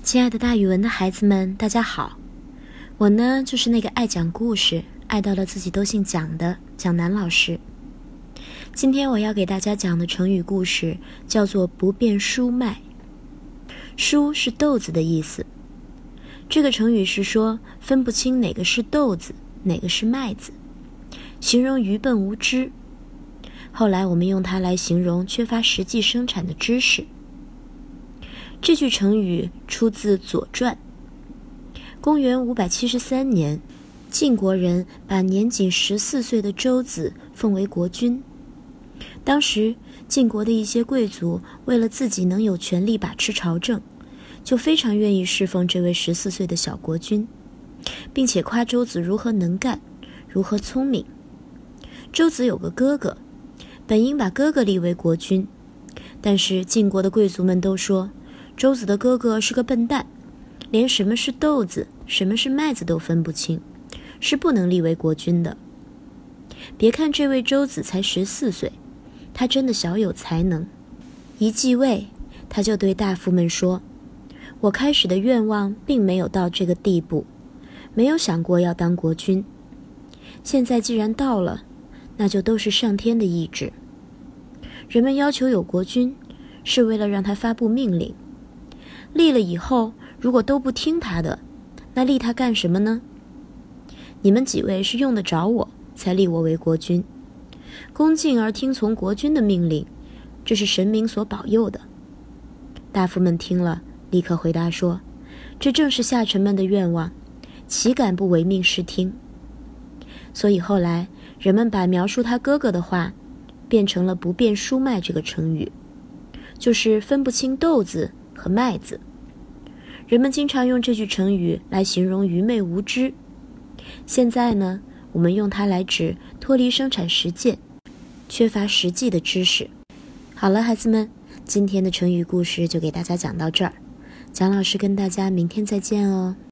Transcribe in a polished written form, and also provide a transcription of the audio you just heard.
亲爱的大语文的孩子们，大家好。我呢，就是那个爱讲故事，爱到了自己都姓蒋的蒋楠老师。今天我要给大家讲的成语故事叫做不辨输麦。输是豆子的意思。这个成语是说分不清哪个是豆子，哪个是麦子，形容愚笨无知。后来我们用它来形容缺乏实际生产的知识。这句成语出自《左传》。公元573年，晋国人把年仅14岁的周子奉为国君。当时晋国的一些贵族为了自己能有权力把持朝政，就非常愿意侍奉这位14岁的小国君，并且夸周子如何能干，如何聪明。周子有个哥哥，本应把哥哥立为国君，但是晋国的贵族们都说周子的哥哥是个笨蛋，连什么是豆子，什么是麦子都分不清，是不能立为国君的。别看这位周子才14岁，他真的小有才能。一继位，他就对大夫们说，我开始的愿望并没有到这个地步，没有想过要当国君。现在既然到了，那就都是上天的意志。人们要求有国君，是为了让他发布命令。立了以后，如果都不听他的，那立他干什么呢？你们几位是用得着我，才立我为国君。恭敬而听从国君的命令，这是神明所保佑的。大夫们听了，立刻回答说，这正是下臣们的愿望，岂敢不唯命是听。所以后来人们把描述他哥哥的话变成了不辨输麦这个成语，就是分不清豆子和麦子。人们经常用这句成语来形容愚昧无知。现在呢，我们用它来指脱离生产实践，缺乏实际的知识。好了，孩子们，今天的成语故事就给大家讲到这儿。蒋老师跟大家明天再见哦。